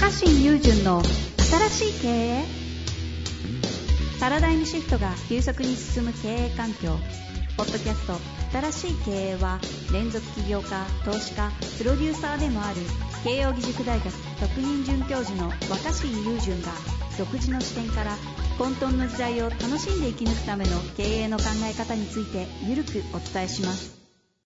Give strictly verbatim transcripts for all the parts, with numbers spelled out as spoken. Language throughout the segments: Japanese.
若新雄純の新しい経営。パラダイムシフトが急速に進む経営環境。ポッドキャスト新しい経営は、連続起業家、投資家、プロデューサーでもある慶應義塾大学特任准教授の若新雄純が、独自の視点から混沌の時代を楽しんで生き抜くための経営の考え方についてゆるくお伝えします。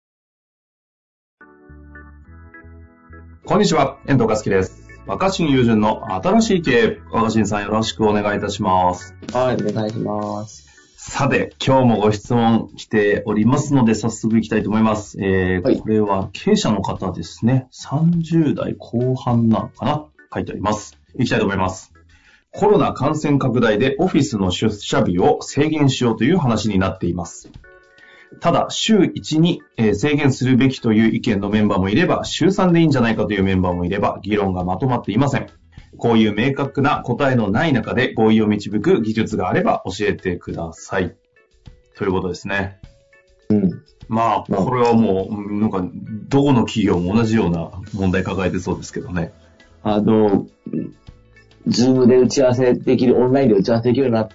こんにちは、遠藤和樹です。若新雄純の新しい経営。若新さん、よろしくお願いいたします。 はい、お願いします。 さて、今日もご質問来ておりますので、早速いきたいと思います。えーはい、これは経営者の方ですね。さんじゅう代後半なのかな、書いてあります。いきたいと思います。コロナ感染拡大でオフィスの出社日を制限しようという話になっています。ただ、週いちに制限するべきという意見のメンバーもいれば、週さんでいいんじゃないかというメンバーもいれば、議論がまとまっていません。こういう明確な答えのない中で合意を導く技術があれば教えてください。ということですね。 うん。 まあ、これはもう、なんか、どこの企業も同じような問題抱えてそうですけどね。 あの、ズームで打ち合わせできる、オンラインで打ち合わせできるようになって、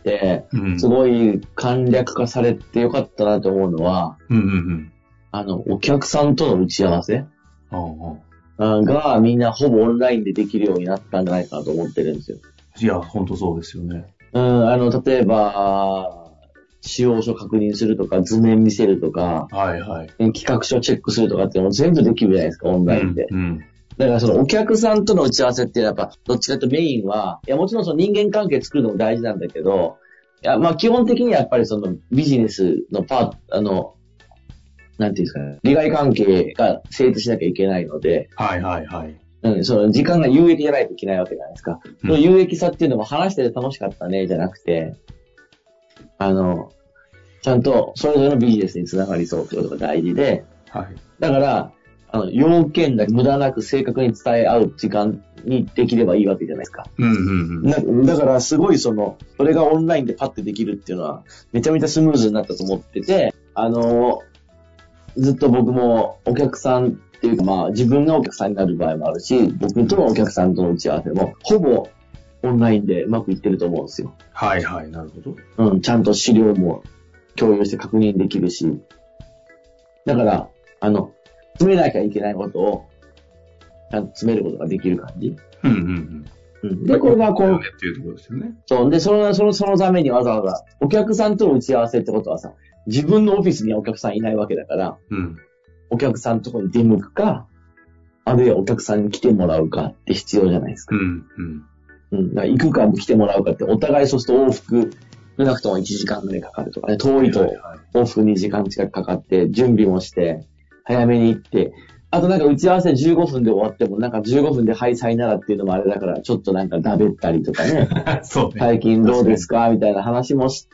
うん、すごい簡略化されてよかったなと思うのは、 うんうんうん、 あの、お客さんとの打ち合わせ、 ああがみんなほぼオンラインでできるようになったんじゃないかなと思ってるんですよ。 いや、本当そうですよね。 うん、あの、例えば、使用書確認するとか、図面見せるとか、 はいはい。 企画書チェックするとかっていうのも全部できるじゃないですか、オンラインで。 うんうんだからそのお客さんとの打ち合わせってやっぱどっちかというとメインは、いやもちろんその人間関係作るのも大事なんだけど、いやまあ基本的にはやっぱりそのビジネスのパート、あの、なんていうんですかね、利害関係が成立しなきゃいけないので、 はいはいはい。 うん、その時間が有益じゃないといけないわけじゃないですか。うん、その有益さっていうのも話してて楽しかったね、じゃなくて、あの、ちゃんとそれぞれのビジネスにつながりそうってことが大事で、 はい。 だから、あの、要件だけ無駄なく正確に伝え合う時間にできればいいわけじゃないですか。 うんうんうん、だからすごいその、それがオンラインでパッてできるっていうのはめちゃめちゃスムーズになったと思ってて、あの、ずっと僕もお客さんっていうかまあ自分がお客さんになる場合もあるし、僕とのお客さんとの打ち合わせもほぼオンラインでうまくいってると思うんですよ。 はいはい、なるほど。 うん、ちゃんと資料も共有して確認できるし。だから、あの、詰めなきゃいけないことを、ちゃんと詰めることができる感じ。 うんうんうん。で、これがこう、 っていうところですよね。 そう。で、その、その、そのためにわざわざ、お客さんとの打ち合わせってことはさ、自分のオフィスにはお客さんいないわけだから、 うん。 お客さんのところに出向くか、あるいはお客さんに来てもらうかって必要じゃないですか。 うん、 うん。うん。だから行くか来てもらうかって、お互いそうすると往復、少なくともいちじかんぐらいかかるとかね、遠いと往復にじかん近くかかって、準備もして、早めに行って、あとなんか打ち合わせじゅうごふんで終わってもなんかじゅうごふんではいさいならっていうのもあれだからちょっとなんかだべったりとかね。 そうね。 最近どうですかみたいな話もして、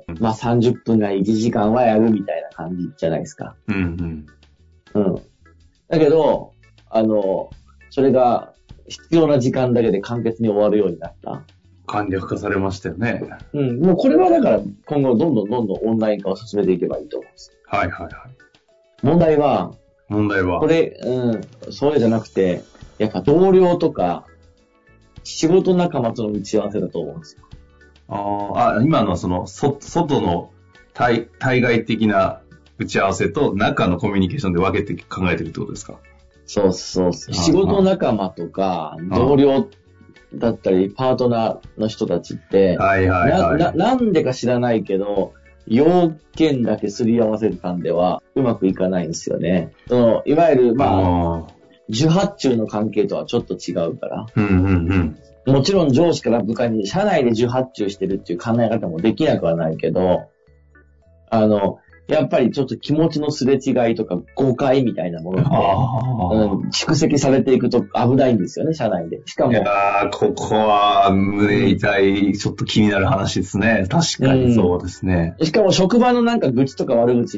まあさんじゅっぷんがいちじかんはやるみたいな感じじゃないですか。 うんうん。 うん。だけど、あの、それが必要な時間だけで簡潔に終わるようになった。 簡略化されましたよね。 うん。もうこれはだから今後どんどんどんどんオンライン化を進めていけばいいと思うんです。 はいはいはい。 問題は、 問題はこれ、うん、そうじゃなくて、やっぱ同僚とか、仕事仲間との打ち合わせだと思うんですよ。 ああ、今のその、そ、外の対、対外的な打ち合わせと中のコミュニケーションで分けて考えてるってことですか？ そうそうそう。仕事仲間とか、同僚だったり、パートナーの人たちって、 はいはいはい。 な、な、なんでか知らないけど、要件だけすり合わせる間ではうまくいかないんですよね。その、いわゆる、まあ、受発注の関係とはちょっと違うから。 うんうんうん。もちろん上司から部下に社内で受発注してるっていう考え方もできなくはないけど、あの、やっぱりちょっと気持ちのすれ違いとか誤解みたいなものって、うん、蓄積されていくと危ないんですよね、社内で。しかも。 いやー、ここは胸痛い、ちょっと気になる話ですね。確かにそうですね。 うん、しかも職場のなんか愚痴とか悪口って、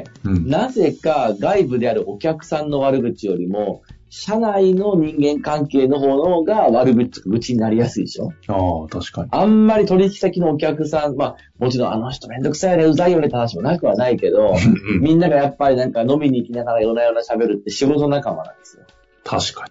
うん、なぜか外部であるお客さんの悪口よりも、社内の人間関係の方が悪口とか愚痴になりやすいでしょ。 ああ、確かに。 あんまり取引先のお客さん、まあ、もちろんあの人めんどくさいよね、うざいよねって話もなくはないけど、みんながやっぱりなんか飲みに行きながら夜な夜な喋るって仕事仲間なんですよ。 確か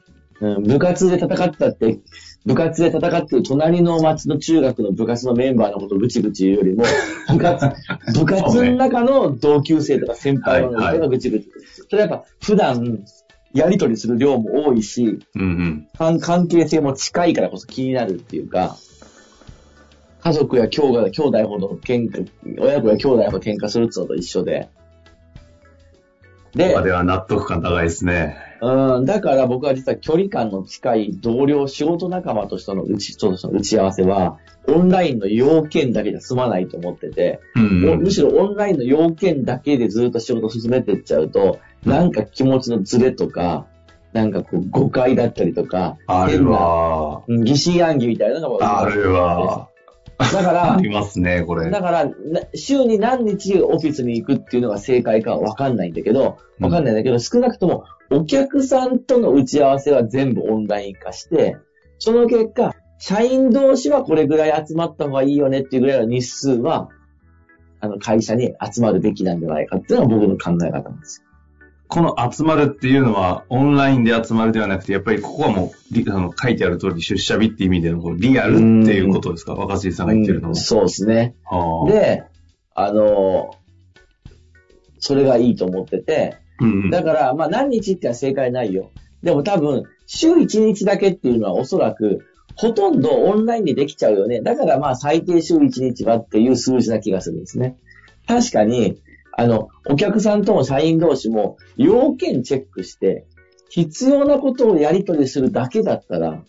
うん、部活で戦ったって、部活で戦ってる隣の町の中学の部活のメンバーのことをぐちぐち言うよりも、部活、部活の中の同級生とか先輩のことがぐちぐち。それはやっぱ普段、やりとりする量も多いし、うんうん、関係性も近いからこそ気になるっていうか、家族や兄弟、兄弟ほど喧嘩、親子や兄弟ほど喧嘩するってのと一緒で。 で、ここでは納得感高いですね。 うん、だから僕は実は距離感の近い同僚、仕事仲間としての打ち、との打ち合わせは、オンラインの要件だけじゃ済まないと思ってて、うんうん、むしろオンラインの要件だけでずっと仕事を進めていっちゃうと、うん、なんか気持ちのズレとか、なんかこう誤解だったりとか、 あるわ変な疑心暗鬼みたいなのがあるわだから、 ありますね、これ。 だから、週に何日オフィスに行くっていうのが正解かはわかんないんだけど、わかんないんだけど、うん、少なくともお客さんとの打ち合わせは全部オンライン化して、その結果、社員同士はこれぐらい集まった方がいいよねっていうぐらいの日数は、あの会社に集まるべきなんじゃないかっていうのが僕の考え方なんですよ。 この集まるっていうのはオンラインで集まるではなくて、やっぱりここはもうあの書いてある通り出社日っていう意味でのリアルっていうことですか、若杉さんが言ってるのは。 そうですね。で、あの、それがいいと思ってて、うんうん、だからまあ何日っては正解ないよ。でも多分週いちにちだけっていうのはおそらくほとんどオンラインでできちゃうよね。だからまあ最低週いちにちはっていう数字な気がするんですね。確かにあの、お客さんとも社員同士も要件チェックして、必要なことをやり取りするだけだったら、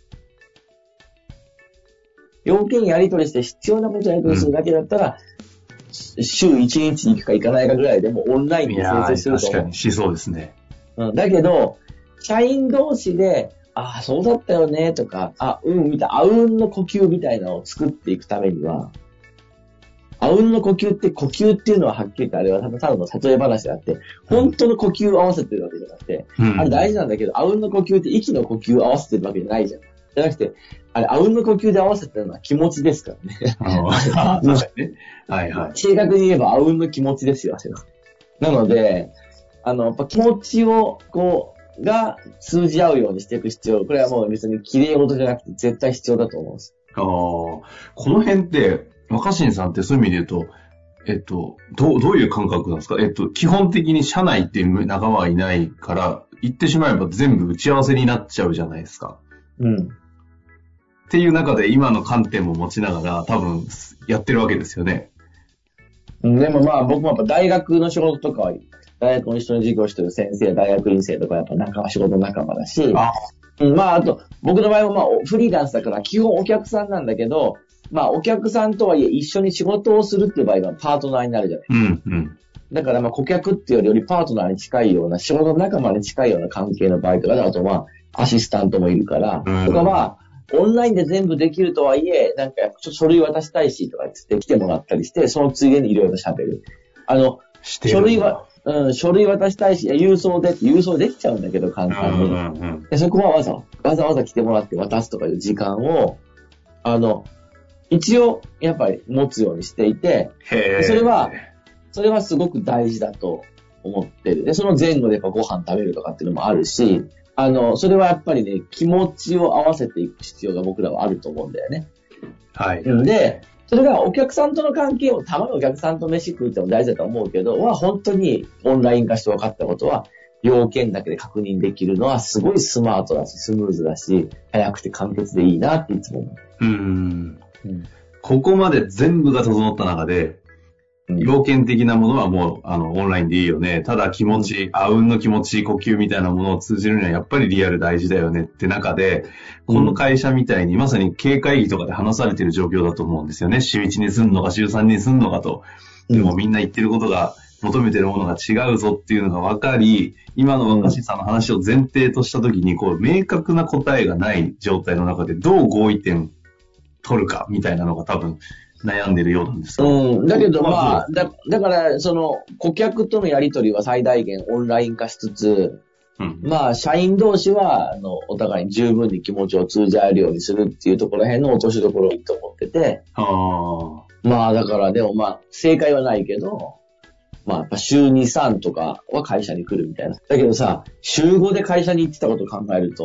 要件やり取りして必要なことをやり取りするだけだったら、うん、週いちにちに行くか行かないかぐらいでもオンラインで生成すると思う。 確かにしそうですね。 うん、だけど、社員同士で、ああ、そうだったよね、とか、あ、うん、みたいな、あうんの呼吸みたいなのを作っていくためには、あうんの呼吸って呼吸っていうのははっきり言ってあれはただただの例え話であって、本当の呼吸を合わせてるわけじゃなくて、うん、あれ大事なんだけど、あうんの呼吸って息の呼吸を合わせてるわけじゃないじゃん。じゃなくて、あれ、あうんの呼吸で合わせてるのは気持ちですからね。 あ確かにね。はいはい。 正確に言えばあうんの気持ちですよ、あれは。なので、あの、やっぱ気持ちを、こう、が通じ合うようにしていく必要、これはもう別に綺麗事じゃなくて絶対必要だと思うんです。 ああ、この辺って、若新さんってそういう意味で言うと、えっと、どう、どういう感覚なんですか？えっと、基本的に社内っていう仲間はいないから、言ってしまえば全部打ち合わせになっちゃうじゃないですか。うん。っていう中で今の観点も持ちながら多分やってるわけですよね。 でもまあ僕もやっぱ大学の仕事とかは、大学の一緒に授業してる先生、大学院生とかやっぱ仲間、仕事仲間だし、あうん、まああと僕の場合もまあフリーランスだから基本お客さんなんだけど、まあ、お客さんとはいえ一緒に仕事をするっていう場合はパートナーになるじゃないですか。うんうん、だから、まあ、顧客っていうよりよりパートナーに近いような、仕事の仲間に近いような関係の場合とかで、あとまあ、アシスタントもいるから、うん、とかは、オンラインで全部できるとはいえ、なんか、ちょっと書類渡したいし、とか言って来てもらったりして、そのついでにいろいろ喋る。あの、書類は、うん、書類渡したいし、郵送で、郵送できちゃうんだけど、簡単に。うんうんうん、でそこはわざわざわざ来てもらって渡すとかいう時間を、あの、一応、やっぱり持つようにしていて、それは、それはすごく大事だと思ってる。で、その前後でやっぱご飯食べるとかっていうのもあるし、あの、それはやっぱりね、気持ちを合わせていく必要が僕らはあると思うんだよね。はい。で、それがお客さんとの関係を、たまにお客さんと飯食うっても大事だと思うけど、は本当にオンライン化して分かったことは、要件だけで確認できるのはすごいスマートだし、スムーズだし、早くて簡潔でいいなっていつも思う。うーん。 うん、ここまで全部が整った中で、うん、要件的なものはもうあのオンラインでいいよね。ただ気持ち、あうんの気持ち、呼吸みたいなものを通じるにはやっぱりリアル大事だよねって中で、この会社みたいにまさに経営会議とかで話されている状況だと思うんですよね。週いちにすんのか週さんにすんのかと。でもみんな言ってることが、求めてるものが違うぞっていうのが分かり、今の若新さんの話を前提としたときに、こう明確な答えがない状態の中でどう合意点取るかみたいなのが多分悩んでるようなんですよ。 うん。だけどまあ、だ、だからその顧客とのやり取りは最大限オンライン化しつつ、うん、まあ社員同士はあのお互いに十分に気持ちを通じ合えるようにするっていうところへんの落としどころいいと思ってて、あまあだからでもまあ正解はないけど、まあやっぱ週に、さんとかは会社に来るみたいな。だけどさ、週ごで会社に行ってたことを考えると、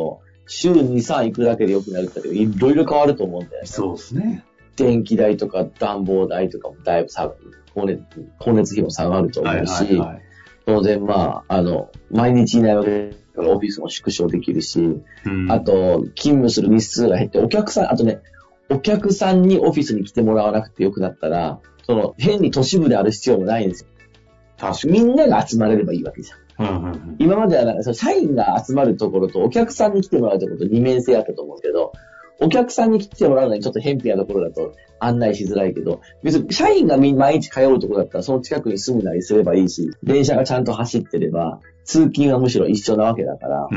週に、さん行くだけで良くなるって言ったけど、いろいろ変わると思うんだよね。 そうですね。 電気代とか暖房代とかもだいぶ下がる。光熱、光熱費も下がると思うし、はいはいはい、当然まあ、あの、毎日いないわけだからオフィスも縮小できるし、うん、あと、勤務する日数が減って、お客さん、あとね、お客さんにオフィスに来てもらわなくてよくなったら、その、変に都市部である必要もないんですよ。確かに。みんなが集まれればいいわけじゃん。うんうんうん、今まではなんかその社員が集まるところとお客さんに来てもらうところと二面性あったと思うけど、お客さんに来てもらうのにちょっと偏僻なところだと案内しづらいけど、別に社員が毎日通うところだったらその近くに住むなりすればいいし、電車がちゃんと走ってれば、通勤はむしろ一緒なわけだから、うん、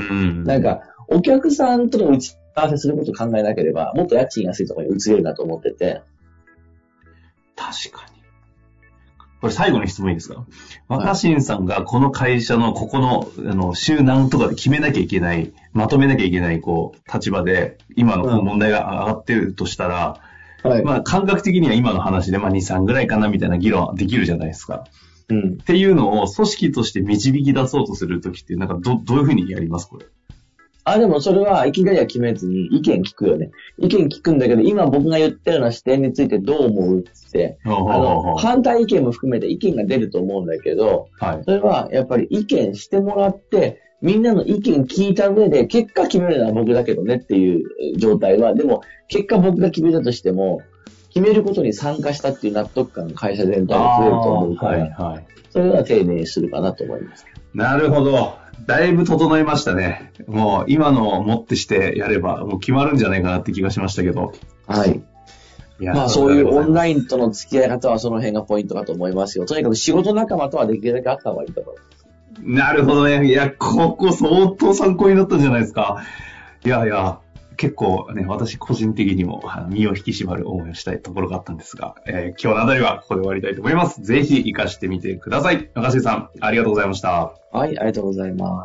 なんかお客さんとの打ち合わせすることを考えなければ、もっと家賃安いところに移れるなと思ってて。 確かに。これ最後の質問いいですか？若新さんがこの会社のここの、あの、週何とかで決めなきゃいけない、まとめなきゃいけない、こう、立場で、今の問題が上がってるとしたら、うんはい、まあ、感覚的には今の話で、まあ、に、さんぐらいかなみたいな議論はできるじゃないですか。うん。っていうのを組織として導き出そうとするときって、なんかど、どういうふうにやりますこれ？ あ、でもそれはいきなりは決めずに意見聞くよね。意見聞くんだけど、今僕が言ったような視点についてどう思うって、あの、反対意見も含めて意見が出ると思うんだけど、はい、それはやっぱり意見してもらって、みんなの意見聞いた上で、結果決めるのは僕だけどねっていう状態は、でも結果僕が決めたとしても、決めることに参加したっていう納得感が会社全体で増えると思うから、はいはい、それは丁寧にするかなと思います。 なるほど。だいぶ整いましたね。もう今のをもってしてやればもう決まるんじゃないかなって気がしましたけど。 はい。いやまあそういうオンラインとの付き合い方はその辺がポイントかと思いますよ。とにかく仕事仲間とはできるだけあった方がいいと思います。 なるほどね。いや、ここ相当参考になったんじゃないですか。いやいや。結構ね、私個人的にも身を引き締まる思いをしたいところがあったんですが、えー、今日のあたりはここで終わりたいと思います。ぜひ活かしてみてください。若新さん、ありがとうございました。 はい、ありがとうございます。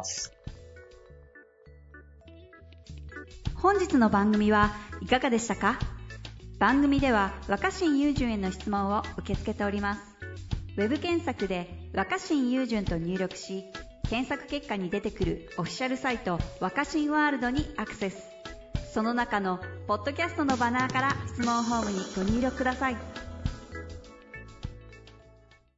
本日の番組はいかがでしたか？番組では若新雄純への質問を受け付けております。ウェブ検索で若新雄純と入力し、検索結果に出てくるオフィシャルサイト若新ワールドにアクセス。その中のポッドキャストのバナーから質問フォームにご入力ください。